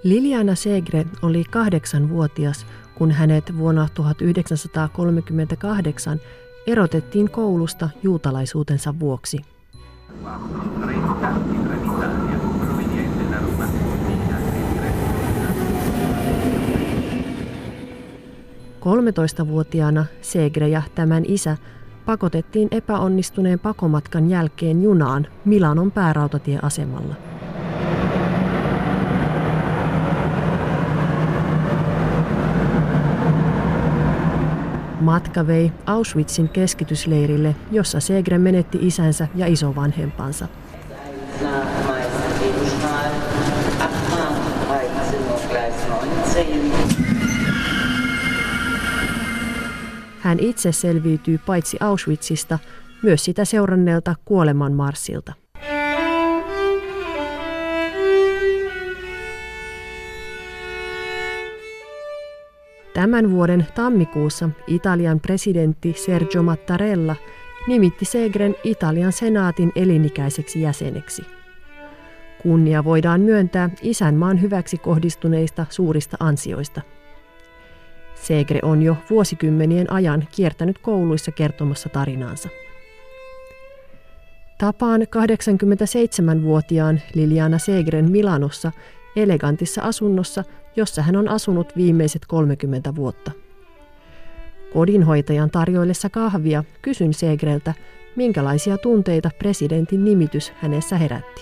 Liliana Segre oli 8-vuotias, kun hänet vuonna 1938 erotettiin koulusta juutalaisuutensa vuoksi. 13-vuotiaana Segre ja tämän isä pakotettiin epäonnistuneen pakomatkan jälkeen junaan Milanon päärautatieasemalla. Matka vei Auschwitzin keskitysleirille, jossa Segre menetti isänsä ja isovanhempansa. Hän itse selviytyi paitsi Auschwitzista, myös sitä seuranneelta kuolemanmarssilta. Tämän vuoden tammikuussa Italian presidentti Sergio Mattarella nimitti Segren Italian senaatin elinikäiseksi jäseneksi. Kunnia voidaan myöntää isänmaan hyväksi kohdistuneista suurista ansioista. Segre on jo vuosikymmenien ajan kiertänyt kouluissa kertomassa tarinaansa. Tapaan 87-vuotiaan Liliana Segren Milanossa elegantissa asunnossa, jossa hän on asunut viimeiset 30 vuotta. Kodinhoitajan tarjoillessa kahvia kysyn Segreltä, minkälaisia tunteita presidentin nimitys hänessä herätti.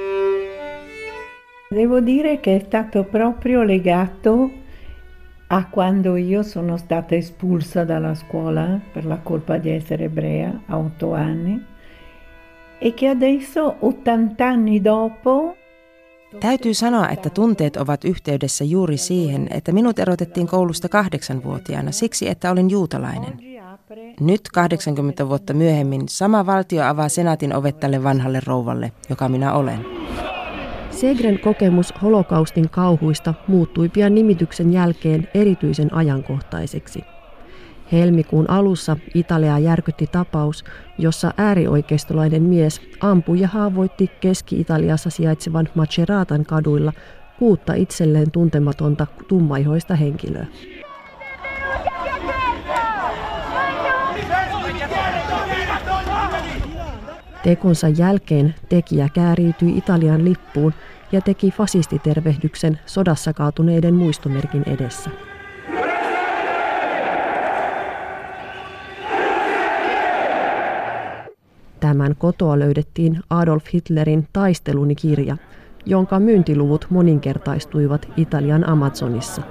Devo dire che è stato proprio legato a quando io sono stata espulsa dalla scuola per la colpa di essere ebrea a 8 anni e che adesso 80 anni dopo. Täytyy sanoa, että tunteet ovat yhteydessä juuri siihen, että minut erotettiin koulusta 8-vuotiaana siksi, että olin juutalainen. Nyt 80 vuotta myöhemmin sama valtio avaa senaatin ovet tälle vanhalle rouvalle, joka minä olen. Segren kokemus holokaustin kauhuista muuttui pian nimityksen jälkeen erityisen ajankohtaiseksi. Helmikuun alussa Italiaa järkytti tapaus, jossa äärioikeistolainen mies ampui ja haavoitti Keski-Italiassa sijaitsevan Maceratan kaduilla 6 itselleen tuntematonta tummaihoista henkilöä. Tekonsa jälkeen tekijä kääriytyi Italian lippuun ja teki fasistitervehdyksen sodassa kaatuneiden muistomerkin edessä. Tämän kotoa löydettiin Adolf Hitlerin Taisteluni-kirja, jonka myyntiluvut moninkertaistuivat Italian Amazonissa.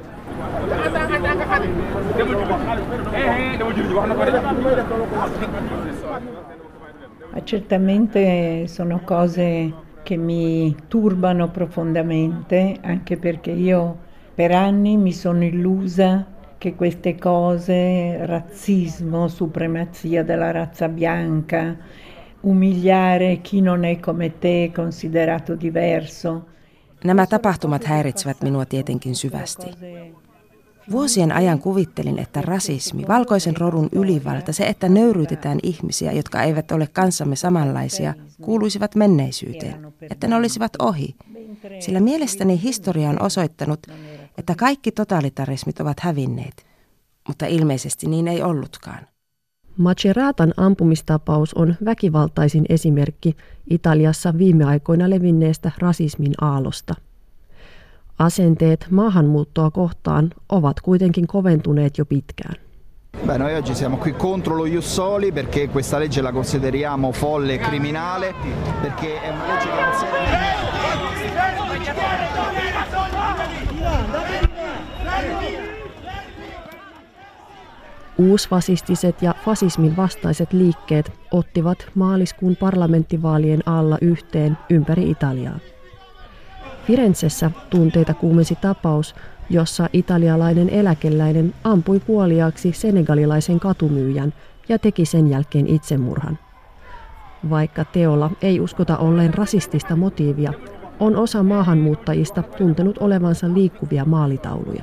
Certamente sono cose che mi turbano profondamente, anche perché io per anni mi sono illusa che queste cose, razzismo, supremazia della razza bianca, umiliare chi non è come te, considerato diverso. Nämä tapahtumat häiritsevät minua tietenkin syvästi. Vuosien ajan kuvittelin, että rasismi, valkoisen rodun ylivalta, se, että nöyryytetään ihmisiä, jotka eivät ole kanssamme samanlaisia, kuuluisivat menneisyyteen, että ne olisivat ohi. Sillä mielestäni historia on osoittanut, että kaikki totalitarismit ovat hävinneet, mutta ilmeisesti niin ei ollutkaan. Maceratan ampumistapaus on väkivaltaisin esimerkki Italiassa viime aikoina levinneestä rasismin aallosta. Asenteet maahanmuuttoa kohtaan ovat kuitenkin koventuneet jo pitkään. Noi oggi siamo qui contro lo Ius Soli perché questa legge la consideriamo folle e criminale perché è una legge che non serve. Uusfasistiset ja fasismin vastaiset liikkeet ottivat maaliskuun parlamenttivaalien alla yhteen ympäri Italiaa. Firenzessä tunteita kuumensi tapaus, jossa italialainen eläkeläinen ampui kuoliaaksi senegalilaisen katumyyjän ja teki sen jälkeen itsemurhan. Vaikka teolla ei uskota olleen rasistista motiivia, on osa maahanmuuttajista tuntenut olevansa liikkuvia maalitauluja.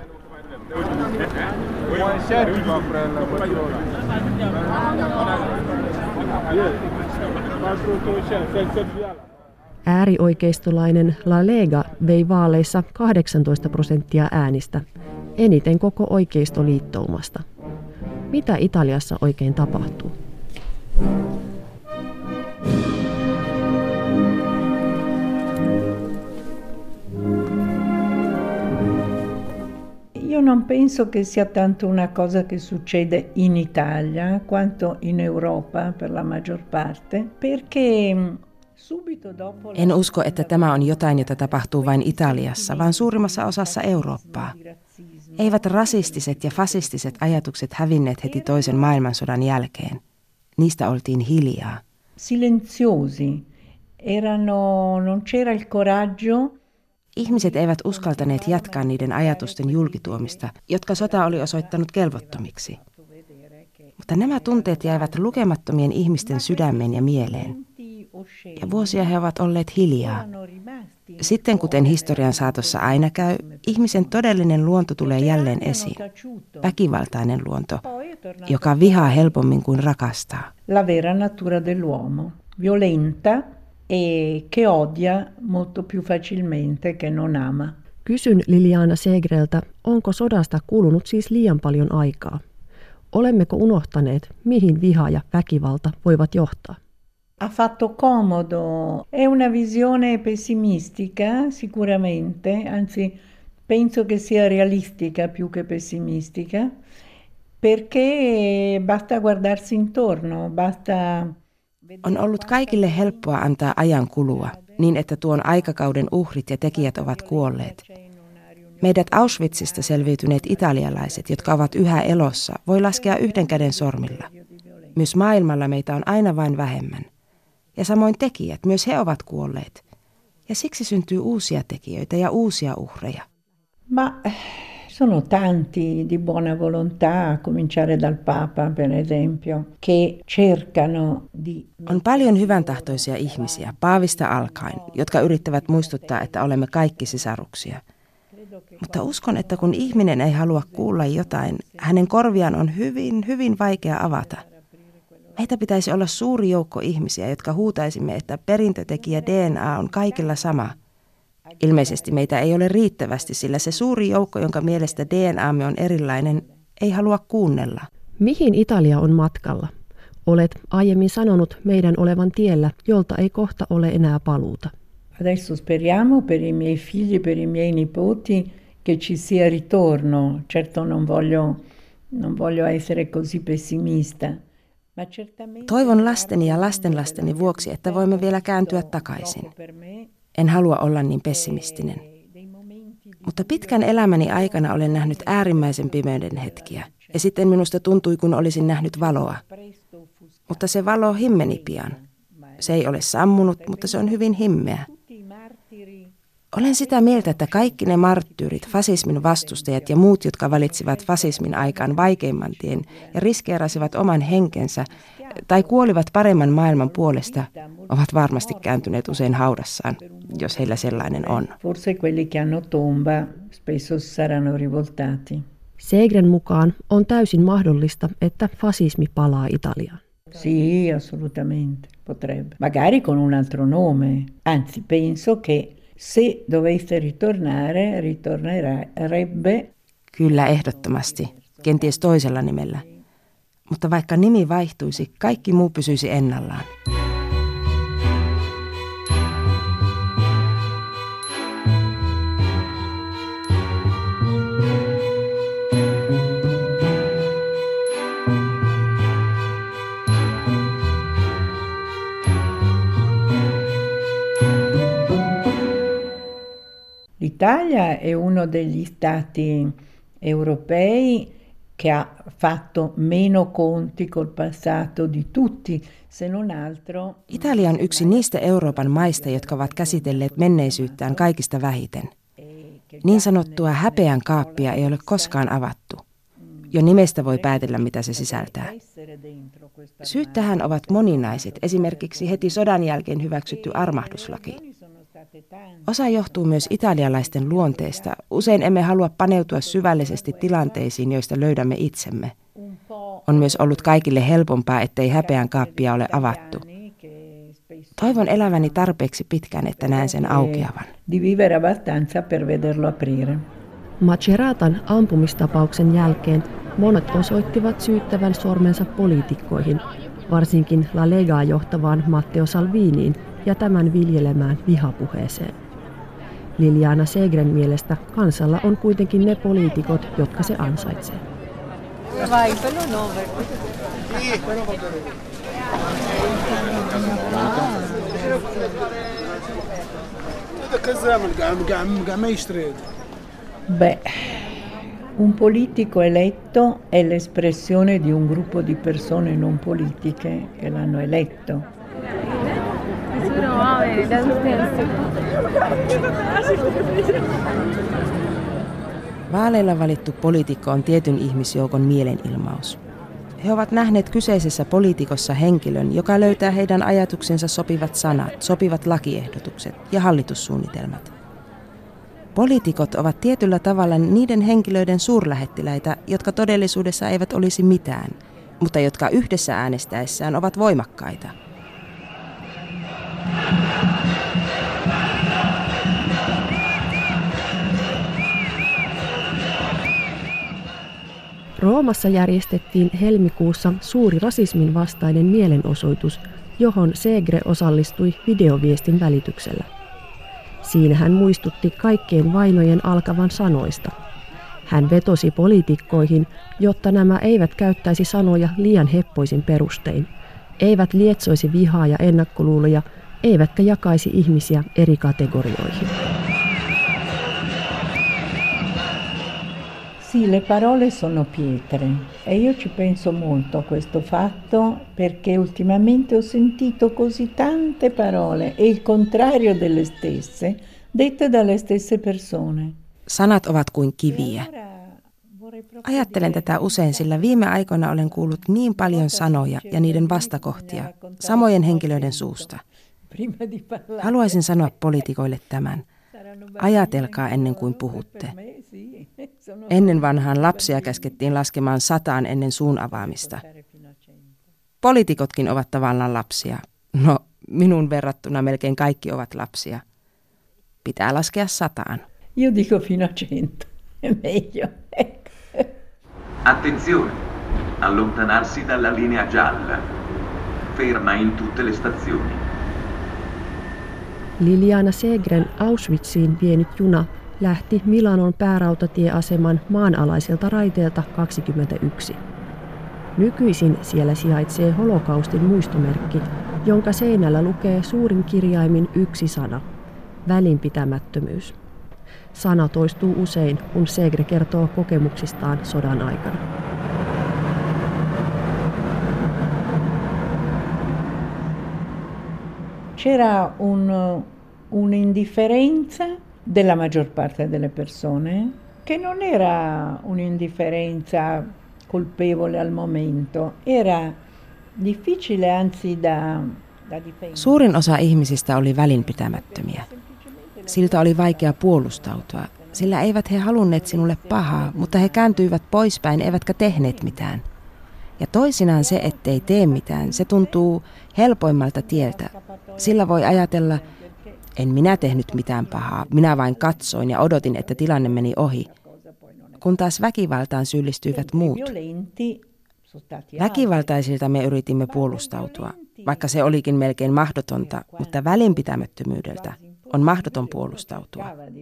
Äärioikeistolainen La Lega vei vaaleissa 18% äänistä, eniten koko oikeistoliittoumasta. Mitä Italiassa oikein tapahtuu? Io non penso che sia tanto una cosa che succede in Italia quanto in Europa per la maggior parte, perché en usko, että tämä on jotain, jota tapahtuu vain Italiassa, vaan suurimmassa osassa Eurooppaa. Eivät rasistiset ja fasistiset ajatukset hävinneet heti toisen maailmansodan jälkeen. Niistä oltiin hiljaa. Silenziosi. Non c'era il coraggio. Ihmiset eivät uskaltaneet jatkaa niiden ajatusten julkituomista, jotka sota oli osoittanut kelvottomiksi. Mutta nämä tunteet jäivät lukemattomien ihmisten sydämeen ja mieleen. Ja vuosia he ovat olleet hiljaa. Sitten, kuten historian saatossa aina käy, ihmisen todellinen luonto tulee jälleen esiin. Väkivaltainen luonto, joka vihaa helpommin kuin rakastaa. La vera natura dell'uomo, violenta e che odia molto più facilmente che non ama. Kysyn Liliana Segreltä, onko sodasta kulunut siis liian paljon aikaa? Olemmeko unohtaneet, mihin viha ja väkivalta voivat johtaa? Ha fatto comodo. È una visione pessimistica, sicuramente, anzi penso che sia realistica più che pessimistica, perché basta guardarsi intorno, basta. On ollut kaikille helppoa antaa ajan kulua, niin että tuon aikakauden uhrit ja tekijät ovat kuolleet. Meidät Auschwitzista selviytyneet italialaiset, jotka ovat yhä elossa, voi laskea yhden käden sormilla. Myös maailmalla meitä on aina vain vähemmän. Ja samoin tekijät, myös he ovat kuolleet. Ja siksi syntyy uusia tekijöitä ja uusia uhreja. Ma sono tanti di buona volontà, a cominciare dal Papa per esempio, che cercano di. On paljon hyväntahtoisia ihmisiä, paavista alkaen, jotka yrittävät muistuttaa, että olemme kaikki sisaruksia. Mutta uskon, että kun ihminen ei halua kuulla jotain, hänen korviaan on hyvin vaikea avata. Meitä pitäisi olla suuri joukko ihmisiä, jotka huutaisimme, että perintötekijä DNA on kaikilla sama. Ilmeisesti meitä ei ole riittävästi, sillä se suuri joukko, jonka mielestä DNAmme on erilainen, ei halua kuunnella. Mihin Italia on matkalla? Olet aiemmin sanonut meidän olevan tiellä, jolta ei kohta ole enää paluuta. Adesso speriamo per i miei figli, per i miei nipoti che ci sia ritorno. Certo non voglio essere così pessimista. Toivon lasteni ja lastenlasteni vuoksi, että voimme vielä kääntyä takaisin. En halua olla niin pessimistinen. Mutta pitkän elämäni aikana olen nähnyt äärimmäisen pimeyden hetkiä. Ja sitten minusta tuntui, kun olisin nähnyt valoa. Mutta se valo himmeni pian. Se ei ole sammunut, mutta se on hyvin himmeä. Olen sitä mieltä, että kaikki ne marttyyrit, fasismin vastustajat ja muut, jotka valitsivat fasismin aikaan vaikeimman tien ja riskeerasivat oman henkensä tai kuolivat paremman maailman puolesta, ovat varmasti kääntyneet usein haudassaan, jos heillä sellainen on. Forse quelli che hanno tomba spesso saranno rivoltati. Segren mukaan on täysin mahdollista, että fasismi palaa Italiaan. Sì, assolutamente, potrebbe. Magari con un altro nome. Anzi, penso che se dovesse ritornare, ritornerebbe. Kyllä, ehdottomasti. Kenties toisella nimellä. Mutta vaikka nimi vaihtuisi, kaikki muu pysyisi ennallaan. L'Italia è uno degli stati europei che ha fatto meno conti col passato di tutti, se non altro. Italia on yksi niistä Euroopan maista, jotka ovat käsitelleet menneisyyttään kaikista vähiten. Niin sanottua häpeän kaappia ei ole koskaan avattu. Jo nimestä voi päätellä, mitä se sisältää. Syyt tähän ovat moninaiset, esimerkiksi heti sodan jälkeen hyväksytty armahduslaki. Osa johtuu myös italialaisten luonteesta. Usein emme halua paneutua syvällisesti tilanteisiin, joista löydämme itsemme. On myös ollut kaikille helpompaa, ettei häpeän kaappia ole avattu. Toivon eläväni tarpeeksi pitkään, että näen sen aukeavan. Di vivere abbastanza per vederlo aprire. Maceratan ampumistapauksen jälkeen monet osoittivat syyttävän sormensa poliitikkoihin, varsinkin La Legaa johtavaan Matteo Salviniin ja tämän viljelemään vihapuheeseen. Liliana Segren mielestä kansalla on kuitenkin ne poliitikot, jotka se ansaitsee. Beh, un politico eletto è l'espressione di un gruppo di persone non politiche che l'hanno eletto. Vaaleilla valittu poliitikko on tietyn ihmisjoukon mielenilmaus. He ovat nähneet kyseisessä poliitikossa henkilön, joka löytää heidän ajatuksensa sopivat sanat, sopivat lakiehdotukset ja hallitussuunnitelmat. Poliitikot ovat tietyllä tavalla niiden henkilöiden suurlähettiläitä, jotka todellisuudessa eivät olisi mitään, mutta jotka yhdessä äänestäessään ovat voimakkaita. Roomassa järjestettiin helmikuussa suuri rasismin vastainen mielenosoitus, johon Segre osallistui videoviestin välityksellä. Siinä hän muistutti kaikkien vainojen alkavan sanoista. Hän vetosi poliitikkoihin, jotta nämä eivät käyttäisi sanoja liian heppoisin perustein, eivät lietsoisi vihaa ja ennakkoluuloja, eivätkä jakaisi ihmisiä eri kategorioihin. Sì, le parole sono pietre e io ci penso molto a questo fatto perché ultimamente ho sentito così tante parole e il contrario delle stesse dette dalle stesse persone. Sanat ovat kuin kiviä. Ajattelen tätä usein, sillä viime aikoina olen kuullut niin paljon sanoja ja niiden vastakohtia samojen henkilöiden suusta. Haluaisin sanoa poliitikoille tämän. Ajatelkaa ennen kuin puhutte. Ennen vanhaan lapsia käskettiin laskemaan 100 ennen suun avaamista. Poliitikotkin ovat tavallaan lapsia. No, minun verrattuna melkein kaikki ovat lapsia. Pitää laskea 100. Io dico fino a 100, è meglio. Attenzione, allontanarsi dalla linea gialla. Ferma in tutte le stazioni. Liliana Segren Auschwitziin vienyt juna lähti Milanon päärautatieaseman maanalaiselta raiteelta 21. Nykyisin siellä sijaitsee holokaustin muistomerkki, jonka seinällä lukee suurin kirjaimin yksi sana: välinpitämättömyys. Sana toistuu usein, kun Segre kertoo kokemuksistaan sodan aikana. C'era un'indifferenza della maggior parte delle persone, che non era un'indifferenza colpevole al momento, era difficile anzi da difendere. Suurin osa ihmisistä oli välinpitämättömiä. Siltä oli vaikea puolustautua, sillä eivät he halunneet sinulle pahaa, mutta he kääntyivät poispäin eivätkä tehneet mitään. Ja toisinaan se, ettei tee mitään, se tuntuu helpoimmalta tieltä. Sillä voi ajatella, en minä tehnyt mitään pahaa, minä vain katsoin ja odotin, että tilanne meni ohi. Kun taas väkivaltaan syyllistyivät muut. Väkivaltaisilta me yritimme puolustautua, vaikka se olikin melkein mahdotonta, mutta välinpitämättömyydeltä on mahdoton puolustautua.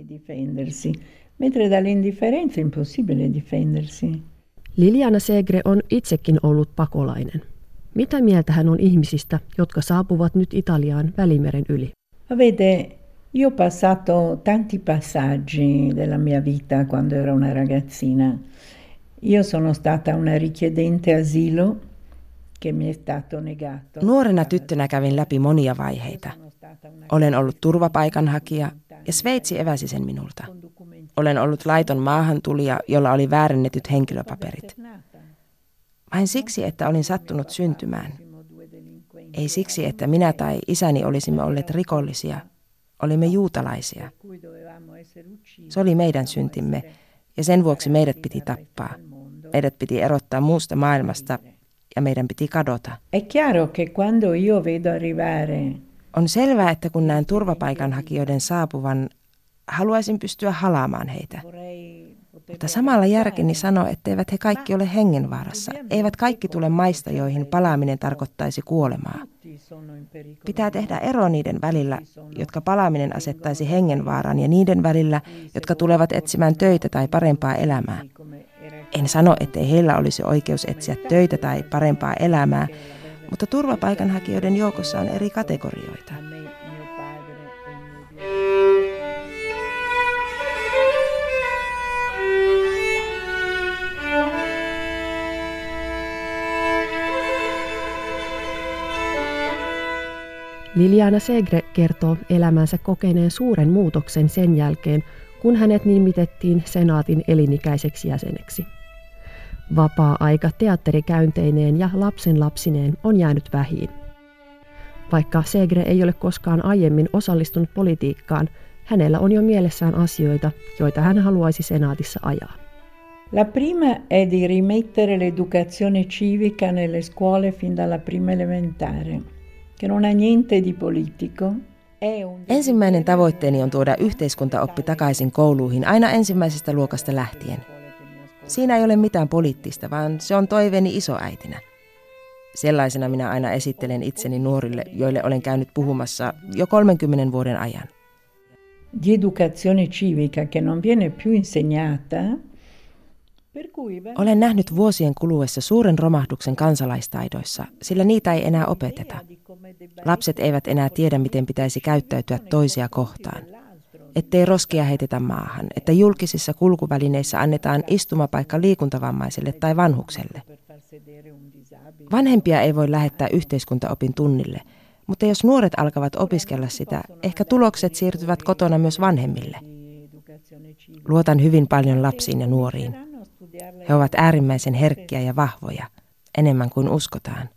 Liliana Segre on itsekin ollut pakolainen. Mitä mieltä hän on ihmisistä, jotka saapuvat nyt Italiaan Välimeren yli? Vede, io ho passato tanti passaggi della mia vita quando ero una ragazzina. Io sono stata una richiedente asilo che mi è stato negato. Nuorena tyttönä kävin läpi monia vaiheita. Olen ollut turvapaikanhakija ja Sveitsi eväsi sen minulta. Olen ollut laiton maahantulija, jolla oli väärennetyt henkilöpaperit. Vain siksi, että olin sattunut syntymään. Ei siksi, että minä tai isäni olisimme olleet rikollisia. Olimme juutalaisia. Se oli meidän syntimme ja sen vuoksi meidät piti tappaa. Meidät piti erottaa muusta maailmasta ja meidän piti kadota. È chiaro che quando io vedo arrivare On selvää, että kun näen turvapaikanhakijoiden saapuvan, haluaisin pystyä halaamaan heitä. Mutta samalla järkeni sanoo, etteivät he kaikki ole hengenvaarassa. Eivät kaikki tule maista, joihin palaaminen tarkoittaisi kuolemaa. Pitää tehdä ero niiden välillä, jotka palaaminen asettaisi hengenvaaraan, ja niiden välillä, jotka tulevat etsimään töitä tai parempaa elämää. En sano, ettei heillä olisi oikeus etsiä töitä tai parempaa elämää, mutta turvapaikanhakijoiden joukossa on eri kategorioita. Liliana Segre kertoo elämänsä kokeneen suuren muutoksen sen jälkeen, kun hänet nimitettiin senaatin elinikäiseksi jäseneksi. Vapaa-aika teatterikäynteineen ja lapsenlapsineen on jäänyt vähiin. Vaikka Segre ei ole koskaan aiemmin osallistunut politiikkaan, hänellä on jo mielessään asioita, joita hän haluaisi senaatissa ajaa. La prima è di rimettere l'educazione civica nelle scuole fin dalla prima elementare, che non ha niente di politico. Ensimmäinen tavoitteeni on tuoda yhteiskuntaoppi takaisin kouluihin aina ensimmäisestä luokasta lähtien. Siinä ei ole mitään poliittista, vaan se on toiveeni isoäitinä. Sellaisena minä aina esittelen itseni nuorille, joille olen käynyt puhumassa jo 30 vuoden ajan. Di educazione civica che non viene più insegnata. Olen nähnyt vuosien kuluessa suuren romahduksen kansalaistaidoissa, sillä niitä ei enää opeteta. Lapset eivät enää tiedä, miten pitäisi käyttäytyä toisia kohtaan. Ettei roskia heitetä maahan, että julkisissa kulkuvälineissä annetaan istumapaikka liikuntavammaiselle tai vanhukselle. Vanhempia ei voi lähettää yhteiskuntaopin tunnille, mutta jos nuoret alkavat opiskella sitä, ehkä tulokset siirtyvät kotona myös vanhemmille. Luotan hyvin paljon lapsiin ja nuoriin. He ovat äärimmäisen herkkiä ja vahvoja, enemmän kuin uskotaan.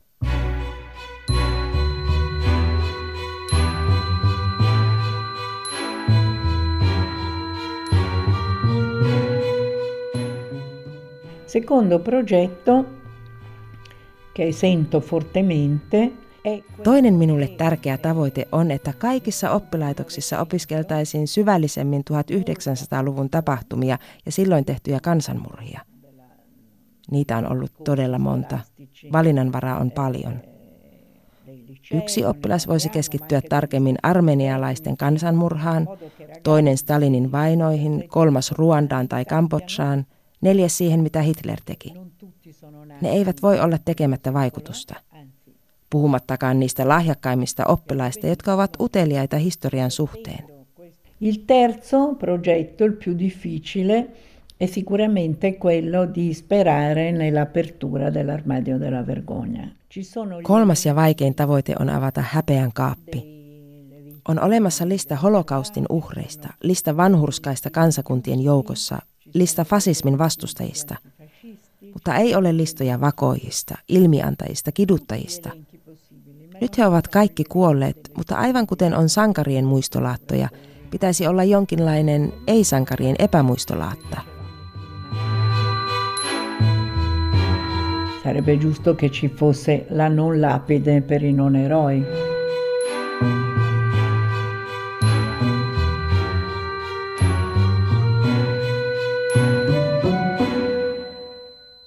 Secondo progetto, che sento fortemente, Toinen minulle tärkeä tavoite on, että kaikissa oppilaitoksissa opiskeltaisiin syvällisemmin 1900-luvun tapahtumia ja silloin tehtyjä kansanmurhia. Niitä on ollut todella monta. Valinnanvaraa on paljon. Yksi oppilas voisi keskittyä tarkemmin armenialaisten kansanmurhaan, toinen Stalinin vainoihin, kolmas Ruandaan tai Kambodsaan, neljäs siihen, mitä Hitler teki. Ne eivät voi olla tekemättä vaikutusta. Puhumattakaan niistä lahjakkaimmista oppilaista, jotka ovat uteliaita historian suhteen. Il terzo progetto, il più difficile, è sicuramente quello di sperare nell'apertura dell'armadio della vergogna. Kolmas ja vaikein tavoite on avata häpeän kaappi. On olemassa lista holokaustin uhreista, lista vanhurskaista kansakuntien joukossa, lista fasismin vastustajista, mutta ei ole listoja vakoijista, ilmiantajista, kiduttajista. Nyt he ovat kaikki kuolleet, mutta aivan kuten on sankarien muistolaattoja, pitäisi olla jonkinlainen ei-sankarien epämuistolaatta. Sarebbe giusto che ci fosse la non lapide per i non eroi.